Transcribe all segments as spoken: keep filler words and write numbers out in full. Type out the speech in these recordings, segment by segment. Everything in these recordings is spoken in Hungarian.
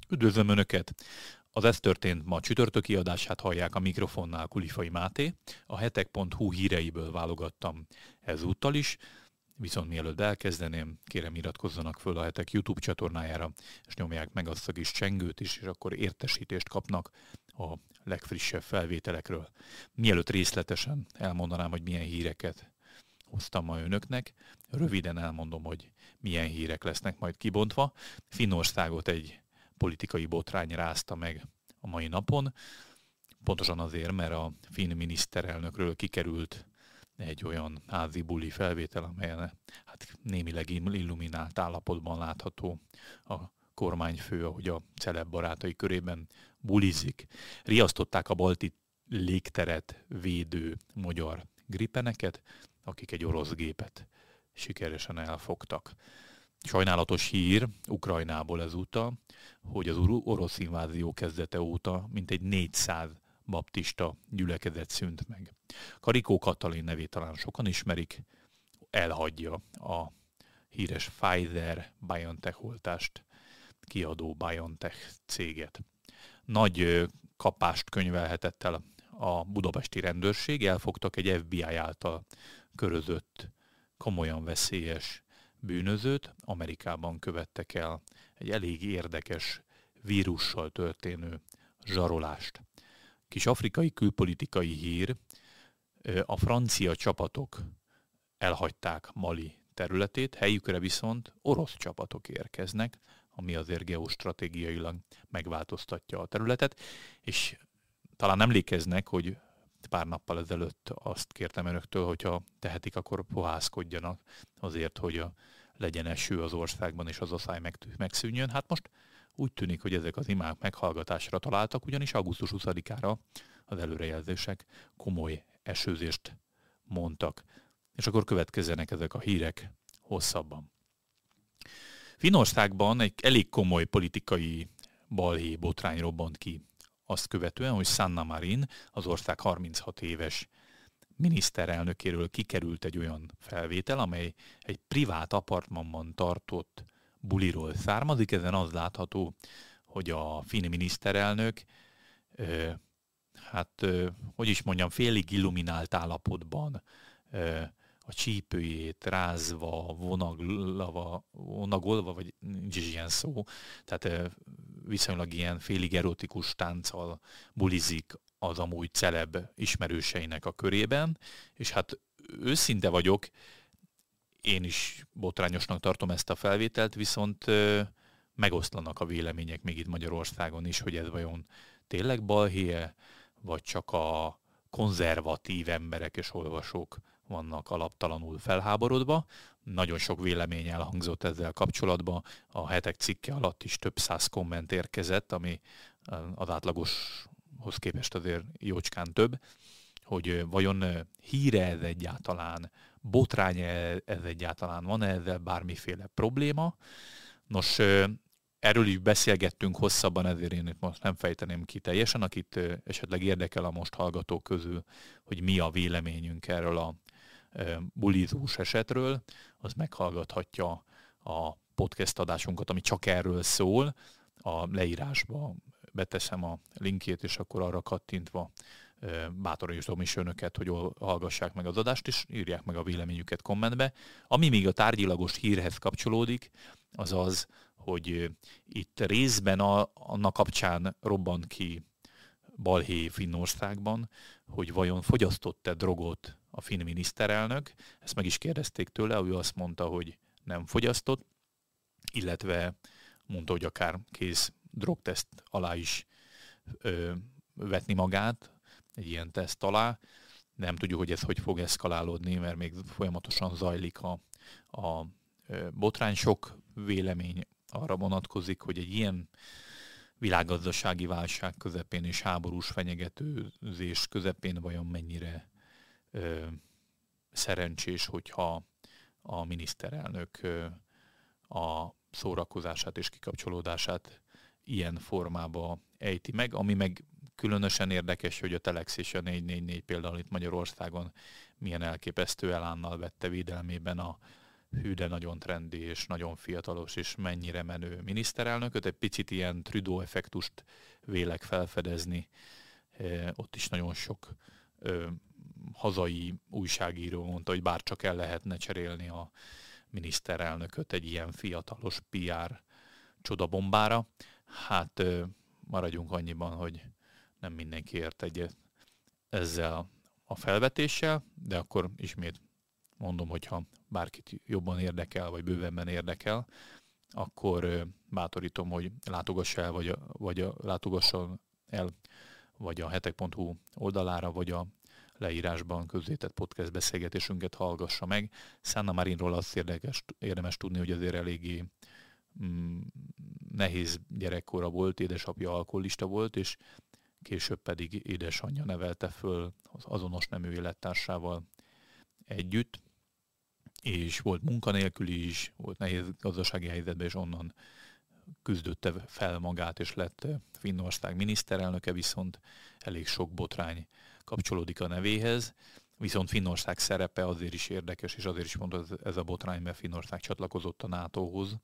Üdvözlöm Önöket! Az Ez történt ma csütörtöki adását hallják, a mikrofonnál Kulifai Máté. A hetek pont hu híreiből válogattam ezúttal is, viszont mielőtt elkezdeném, kérem iratkozzanak föl a Hetek YouTube csatornájára, és nyomják meg azt a kis csengőt is, és akkor értesítést kapnak a legfrissebb felvételekről. Mielőtt részletesen elmondanám, hogy milyen híreket hoztam ma Önöknek, röviden elmondom, hogy milyen hírek lesznek majd kibontva. Finnországot egy politikai botrány rázta meg a mai napon, pontosan azért, mert a finn miniszterelnökről kikerült egy olyan házi buli felvétel, amelyen hát némileg illuminált állapotban látható a kormányfő, ahogy a celeb barátai körében bulizik. Riasztották a balti légteret védő magyar gripeneket, akik egy orosz gépet sikeresen elfogtak. Sajnálatos hír Ukrajnából ezúttal, hogy az orosz invázió kezdete óta mintegy négyszáz baptista gyülekezet szűnt meg. Karikó Katalin nevét talán sokan ismerik, elhagyja a híres Pfizer-BioNTech oltást kiadó BioNTech céget. Nagy kapást könyvelhetett el a budapesti rendőrség, elfogtak egy ef bé i által körözött, komolyan veszélyes bűnözőt. Amerikában követtek el egy elég érdekes vírussal történő zsarolást. Kis afrikai külpolitikai hír, a francia csapatok elhagyták Mali területét, helyükre viszont orosz csapatok érkeznek, ami azért geostratégiailag megváltoztatja a területet, és talán emlékeznek, hogy pár nappal ezelőtt azt kértem önöktől, hogyha tehetik, akkor pohászkodjanak azért, hogy a, legyen eső az országban, és az asszály meg, megszűnjön. Hát most úgy tűnik, hogy ezek az imák meghallgatásra találtak, ugyanis augusztus huszadikára az előrejelzések komoly esőzést mondtak. És akkor következzenek ezek a hírek hosszabban. Finnországban egy elég komoly politikai balhé botrány robbant ki azt követően, hogy Sanna Marin, az ország harminchat éves miniszterelnökéről kikerült egy olyan felvétel, amely egy privát apartmanban tartott buliról származik. Ezen az látható, hogy a finn miniszterelnök, hát, hogy is mondjam, félig illuminált állapotban, a csípőjét rázva, vonaglava, vonagolva, vagy nincs is ilyen szó, tehát viszonylag ilyen félig erotikus tánccal bulizik az amúgy celeb ismerőseinek a körében, és hát őszinte vagyok, én is botrányosnak tartom ezt a felvételt, viszont megoszlanak a vélemények még itt Magyarországon is, hogy ez vajon tényleg balhéje, vagy csak a konzervatív emberek és olvasók vannak alaptalanul felháborodva. Nagyon sok vélemény elhangzott ezzel kapcsolatban. A Hetek cikke alatt is több száz komment érkezett, ami az átlagoshoz képest azért jócskán több, hogy vajon híre ez egyáltalán, botrány ez egyáltalán, van-e ezzel bármiféle probléma. Nos, erről is beszélgettünk hosszabban, ezért én itt most nem fejteném ki teljesen, akit esetleg érdekel a most hallgatók közül, hogy mi a véleményünk erről a bulizós esetről, az meghallgathatja a podcast adásunkat, ami csak erről szól. A leírásba beteszem a linkjét, és akkor arra kattintva bátorítom is önöket, hogy hallgassák meg az adást, és írják meg a véleményüket kommentbe. Ami még a tárgyilagos hírhez kapcsolódik, az az, hogy itt részben a, annak kapcsán robbant ki balhé Finnországban, hogy vajon fogyasztott-e drogot a finn miniszterelnök. Ezt meg is kérdezték tőle, ő azt mondta, hogy nem fogyasztott, illetve mondta, hogy akár kész drogteszt alá is ö, vetni magát, egy ilyen teszt alá. Nem tudjuk, hogy ez hogy fog eszkalálódni, mert még folyamatosan zajlik a, a botrány. Sok vélemény arra vonatkozik, hogy egy ilyen világgazdasági válság közepén és háborús fenyegetőzés közepén vajon mennyire ö, szerencsés, hogyha a miniszterelnök ö, a szórakozását és kikapcsolódását ilyen formába ejti meg, ami meg különösen érdekes, hogy a Telex és a négy négy négy például itt Magyarországon milyen elképesztő elánnal vette védelmében a hű, de nagyon trendi és nagyon fiatalos és mennyire menő miniszterelnököt. Egy picit ilyen Trudeau effektust vélek felfedezni. Ott is nagyon sok ö, hazai újságíró mondta, hogy bárcsak el lehetne cserélni a miniszterelnököt egy ilyen fiatalos pé er csodabombára. Hát ö, maradjunk annyiban, hogy nem mindenki ért egyet ezzel a felvetéssel, de akkor ismét mondom, hogyha bárkit jobban érdekel, vagy bővebben érdekel, akkor ö, bátorítom, hogy látogassa el, vagy, a, vagy a, látogasson el, vagy a hetek pont hu oldalára, vagy a leírásban közzétett podcast beszélgetésünket hallgassa meg. Sanna Marinról azt érdekes, érdemes tudni, hogy azért eléggé mm, nehéz gyerekkora volt, édesapja alkoholista volt, és később pedig édesanyja nevelte föl az azonos nemű élettársával együtt, és volt munkanélküli is, volt nehéz gazdasági helyzetben, és onnan küzdötte fel magát, és lett Finnország miniszterelnöke, viszont elég sok botrány kapcsolódik a nevéhez. Viszont Finnország szerepe azért is érdekes, és azért is mondta ez a botrány, mert Finnország csatlakozott a nátóhoz,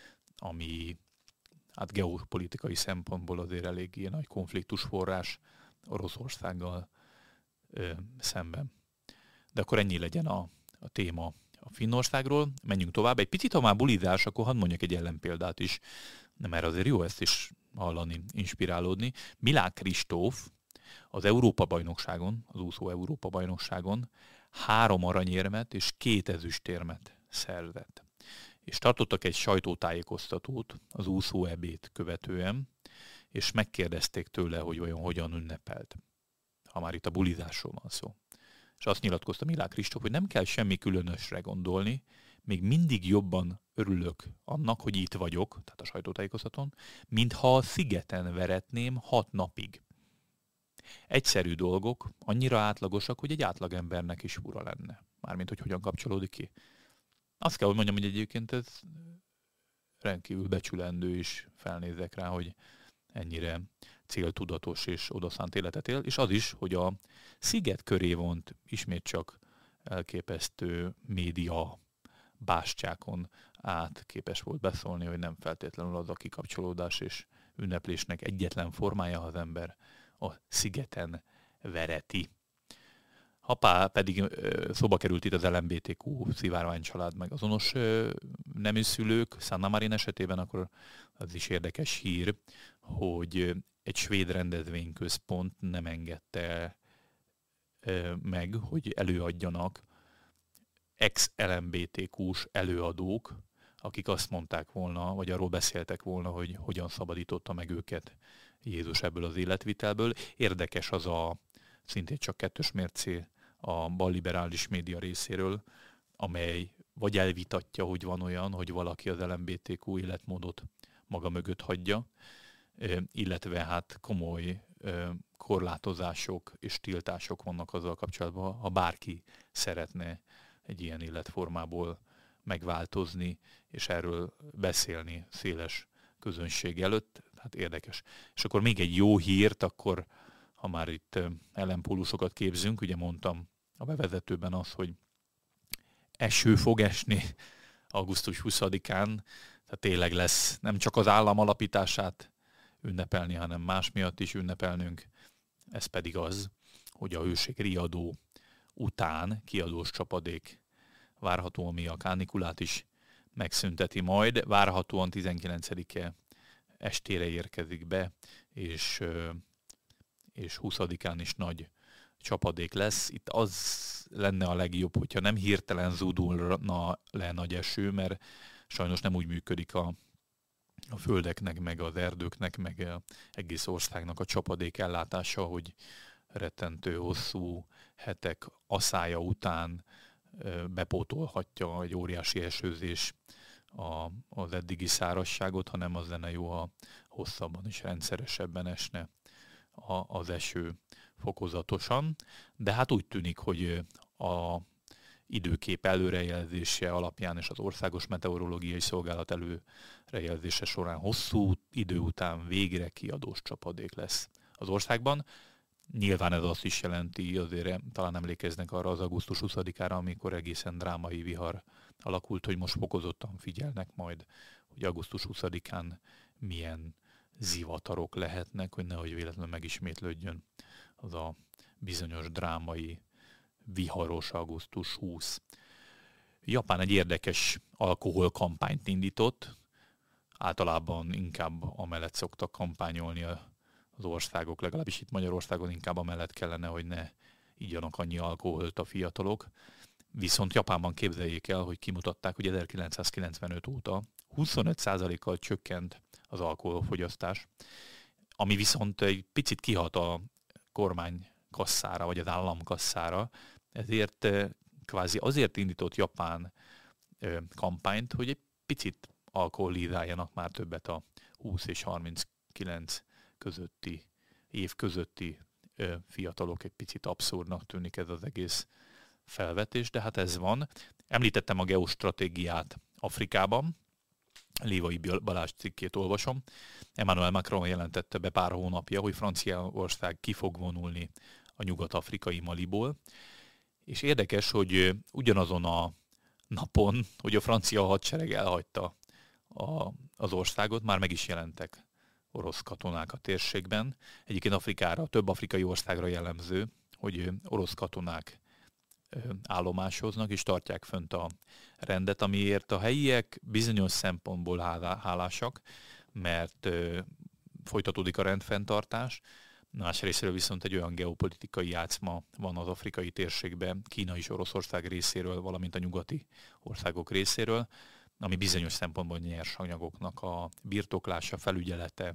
ami hát geopolitikai szempontból azért eléggé nagy konfliktusforrás Oroszországgal ö, szemben. De akkor ennyi legyen a, a téma a Finnországról. Menjünk tovább. Egy picit, ha már bulizás, akkor hadd mondjak egy ellenpéldát is, mert azért jó ezt is hallani, inspirálódni. Milák Kristóf az Európa-bajnokságon, az úszó Európa-bajnokságon három aranyérmet és két ezüstérmet szerzett. És tartottak egy sajtótájékoztatót az úszó ebét követően, és megkérdezték tőle, hogy olyan hogyan ünnepelt, ha már itt a bulizásról van szó. És azt nyilatkozta Milák Kristóf, hogy nem kell semmi különösre gondolni, még mindig jobban örülök annak, hogy itt vagyok, tehát a sajtótájékoztatón, mintha a szigeten veretném hat napig. Egyszerű dolgok, annyira átlagosak, hogy egy átlagembernek is fura lenne. Mármint, hogy hogyan kapcsolódik ki. Azt kell, hogy mondjam, hogy egyébként ez rendkívül becsülendő, és felnézek rá, hogy ennyire céltudatos és odaszánt életet él, és az is, hogy a sziget köré vont ismét csak elképesztő média bástyákon át képes volt beszólni, hogy nem feltétlenül az a kikapcsolódás és ünneplésnek egyetlen formája, ha az ember a szigeten vereti. Ha pedig szóba került itt az el em bé té kú szivárványcsalád meg azonos nemű szülők, Sanna Marin esetében, akkor az is érdekes hír, hogy egy svéd rendezvényközpont nem engedte meg, hogy előadjanak ex-el em bé té kús előadók, akik azt mondták volna, vagy arról beszéltek volna, hogy hogyan szabadította meg őket Jézus ebből az életvitelből. Érdekes az a szintén csak kettős mércé a balliberális média részéről, amely vagy elvitatja, hogy van olyan, hogy valaki az el em bé té kú életmódot maga mögött hagyja, illetve hát komoly korlátozások és tiltások vannak azzal kapcsolatban, ha bárki szeretne egy ilyen életformából megváltozni, és erről beszélni széles közönség előtt. Hát érdekes. És akkor még egy jó hírt, akkor ha már itt ellenpólusokat képzünk, ugye mondtam a bevezetőben az, hogy eső fog esni augusztus huszadikán, tehát tényleg lesz nem csak az állam alapítását ünnepelni, hanem más miatt is ünnepelnünk. Ez pedig az, hogy a hőség riadó után kiadós csapadék várhatóan, ami a kánikulát is megszünteti majd, várhatóan tizenkilencedike estére érkezik be, és, és huszadikán is nagy csapadék lesz. Itt az lenne a legjobb, hogyha nem hirtelen zúdulna le nagy eső, mert sajnos nem úgy működik a, a földeknek, meg az erdőknek, meg az egész országnak a csapadék ellátása, hogy rettentő hosszú hetek aszája után bepótolhatja egy óriási esőzés a, az eddigi szárazságot, hanem az lenne jó, ha hosszabban és rendszeresebben esne a, az eső fokozatosan. De hát úgy tűnik, hogy a időkép előrejelzése alapján és az Országos Meteorológiai Szolgálat előrejelzése során hosszú idő után végre kiadós csapadék lesz az országban. Nyilván ez azt is jelenti, azért talán emlékeznek arra az augusztus huszadikára, amikor egészen drámai vihar alakult, hogy most fokozottan figyelnek majd, hogy augusztus huszadikán milyen zivatarok lehetnek, hogy nehogy véletlenül megismétlődjön az a bizonyos drámai, viharos augusztus huszadika. Japán egy érdekes alkoholkampányt indított, általában inkább amellett szoktak kampányolni az országok, legalábbis itt Magyarországon inkább amellett kellene, hogy ne igyanak annyi alkoholt a fiatalok. Viszont Japánban képzeljék el, hogy kimutatták, hogy ezerkilencszázkilencvenöt óta huszonöt százalékkal csökkent az alkoholfogyasztás, ami viszont egy picit kihat a kormány kasszára, vagy az állam kasszára, ezért kvázi azért indított Japán kampányt, hogy egy picit alkoholizáljanak már többet a húsz és harminckilenc közötti, év közötti fiatalok. Egy picit abszurdnak tűnik ez az egész felvetés, de hát ez van. Említettem a geostratégiát Afrikában, Lévai Balázs cikkét olvasom. Emmanuel Macron jelentette be pár hónapja, hogy Franciaország ki fog vonulni a nyugat-afrikai Maliból, és érdekes, hogy ugyanazon a napon, hogy a francia hadsereg elhagyta a, az országot, már meg is jelentek orosz katonák a térségben. Egyébként Afrikára, több afrikai országra jellemző, hogy orosz katonák állomásoznak és tartják fönt a rendet, amiért a helyiek bizonyos szempontból hálásak, mert folytatódik a rendfenntartás. Másrésztről viszont egy olyan geopolitikai játszma van az afrikai térségben, Kína és Oroszország részéről, valamint a nyugati országok részéről, ami bizonyos szempontból nyersanyagoknak a birtoklása, felügyelete,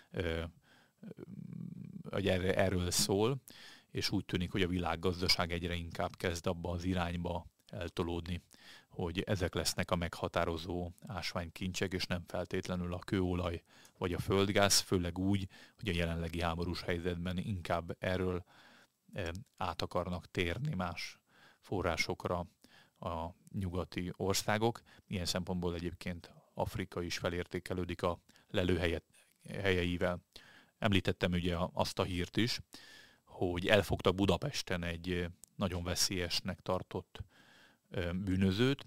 hogy erről szól, és úgy tűnik, hogy a világgazdaság egyre inkább kezd abba az irányba eltolódni, hogy ezek lesznek a meghatározó ásványkincsek, és nem feltétlenül a kőolaj vagy a földgáz, főleg úgy, hogy a jelenlegi háborús helyzetben inkább erről át akarnak térni más forrásokra a nyugati országok. Ilyen szempontból egyébként Afrika is felértékelődik a lelőhelyeivel. Említettem ugye azt a hírt is, hogy elfogtak Budapesten egy nagyon veszélyesnek tartott bűnözőt.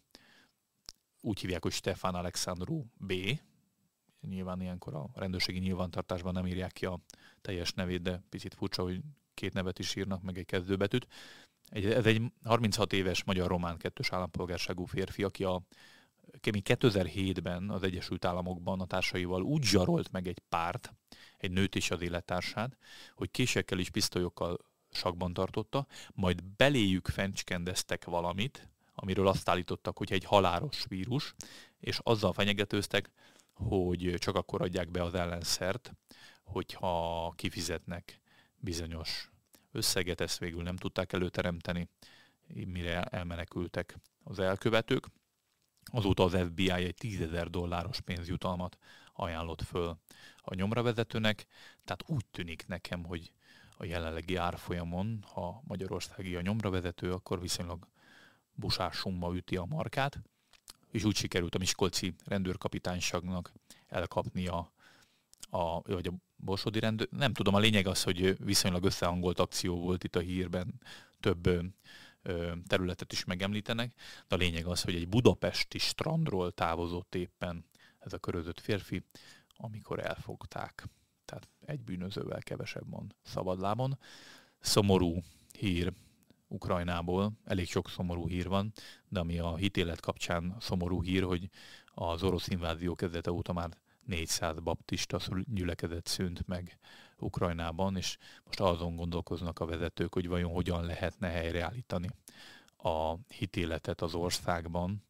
Úgy hívják, hogy Stefan Alexandru B. Nyilván ilyenkor a rendőrségi nyilvántartásban nem írják ki a teljes nevét, de picit furcsa, hogy két nevet is írnak, meg egy kezdőbetűt. Ez egy harminchat éves magyar-román kettős állampolgárságú férfi, aki a kétezer-hétben az Egyesült Államokban a társaival úgy zsarolt meg egy párt, egy nőt és az élettársát, hogy késekkel és pisztolyokkal sakban tartotta, majd beléjük fenckendeztek valamit, amiről azt állítottak, hogy egy halálos vírus, és azzal fenyegetőztek, hogy csak akkor adják be az ellenszert, hogyha kifizetnek bizonyos összeget, ezt végül nem tudták előteremteni, mire elmenekültek az elkövetők. Azóta az ef bé i egy tízezer dolláros pénzjutalmat ajánlott föl a nyomravezetőnek, tehát úgy tűnik nekem, hogy a jelenlegi árfolyamon, ha magyarországi a nyomravezető, akkor viszonylag busás summa üti a markát, és úgy sikerült a miskolci rendőrkapitányságnak elkapni a, a, vagy a borsodi rendőr. Nem tudom, a lényeg az, hogy viszonylag összehangolt akció volt itt a hírben, több ö, területet is megemlítenek, de a lényeg az, hogy egy budapesti strandról távozott éppen ez a körözött férfi, amikor elfogták. Tehát egy bűnözővel kevesebb van szabadlábon. Szomorú hír Ukrajnából, elég sok szomorú hír van, de ami a hitélet kapcsán szomorú hír, hogy az orosz invázió kezdete óta már négyszáz baptista gyülekezet szűnt meg Ukrajnában, és most azon gondolkoznak a vezetők, hogy vajon hogyan lehetne helyreállítani a hitéletet az országban.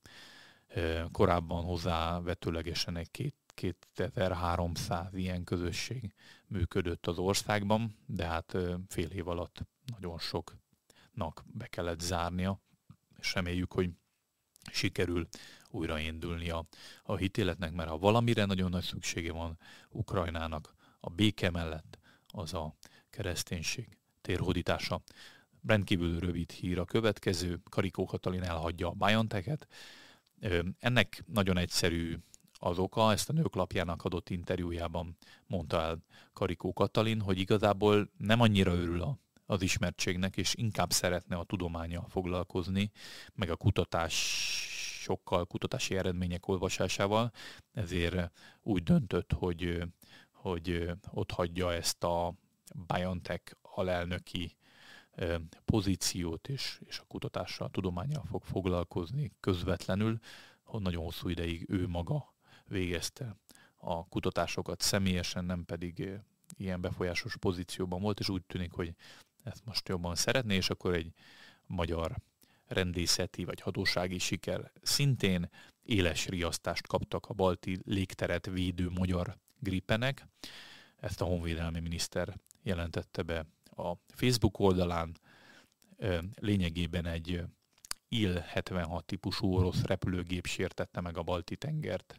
Korábban hozzávetőlegesen egy két kétezer-háromszáz ilyen közösség működött az országban, de hát fél év alatt nagyon soknak be kellett zárnia, és reméljük, hogy sikerül újraindulni a, a hitéletnek, mert ha valamire nagyon nagy szüksége van Ukrajnának a béke mellett, az a kereszténység térhódítása. Rendkívül rövid hír a következő, Karikó Katalin elhagyja a BioNTech-et. Ennek nagyon egyszerű az oka, ezt a Nőklapjának adott interjújában mondta el Karikó Katalin, hogy igazából nem annyira örül a, az ismertségnek, és inkább szeretne a tudománnyal foglalkozni, meg a kutatásokkal, kutatási eredmények olvasásával, ezért úgy döntött, hogy, hogy ott hagyja ezt a BioNTech alelnöki pozíciót, és, és a kutatással, a tudománnyal fog foglalkozni közvetlenül, hogy nagyon hosszú ideig ő maga végezte a kutatásokat személyesen, nem pedig ilyen befolyásos pozícióban volt, és úgy tűnik, hogy ezt most jobban szeretné, és akkor egy magyar rendészeti vagy hatósági siker szintén éles riasztást kaptak a balti légteret védő magyar Gripenek. Ezt a honvédelmi miniszter jelentette be a Facebook oldalán. Lényegében egy I L hetvenhat típusú orosz repülőgép sértette meg a balti tengert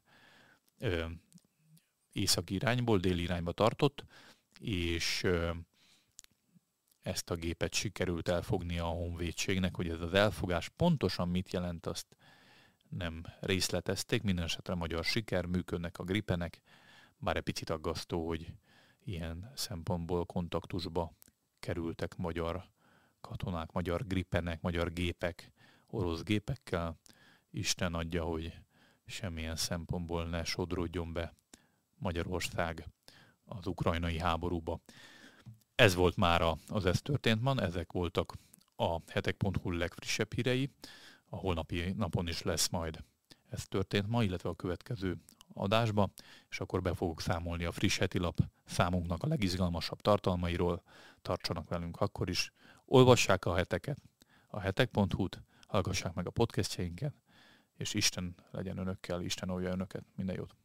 északi irányból, déli irányba tartott, és ezt a gépet sikerült elfogni a honvédségnek, hogy ez az elfogás pontosan mit jelent, azt nem részletezték, minden esetre magyar siker, működnek a Gripenek, bár egy picit aggasztó, hogy ilyen szempontból kontaktusba kerültek magyar katonák, magyar Gripenek, magyar gépek, orosz gépekkel. Isten adja, hogy semmilyen szempontból ne sodródjon be Magyarország az ukrajnai háborúba. Ez volt mára az Ez történt ma, ezek voltak a hetek pont hu legfrissebb hírei. A holnapi napon is lesz majd Ez történt ma, illetve a következő adásba, és akkor be fogok számolni a friss heti lap számunknak a legizgalmasabb tartalmairól. Tartsanak velünk akkor is. Olvassák a heteket, a hetek pont hu-t, hallgassák meg a podcastjainket, és Isten legyen önökkel, Isten óvja önöket. Minden jót!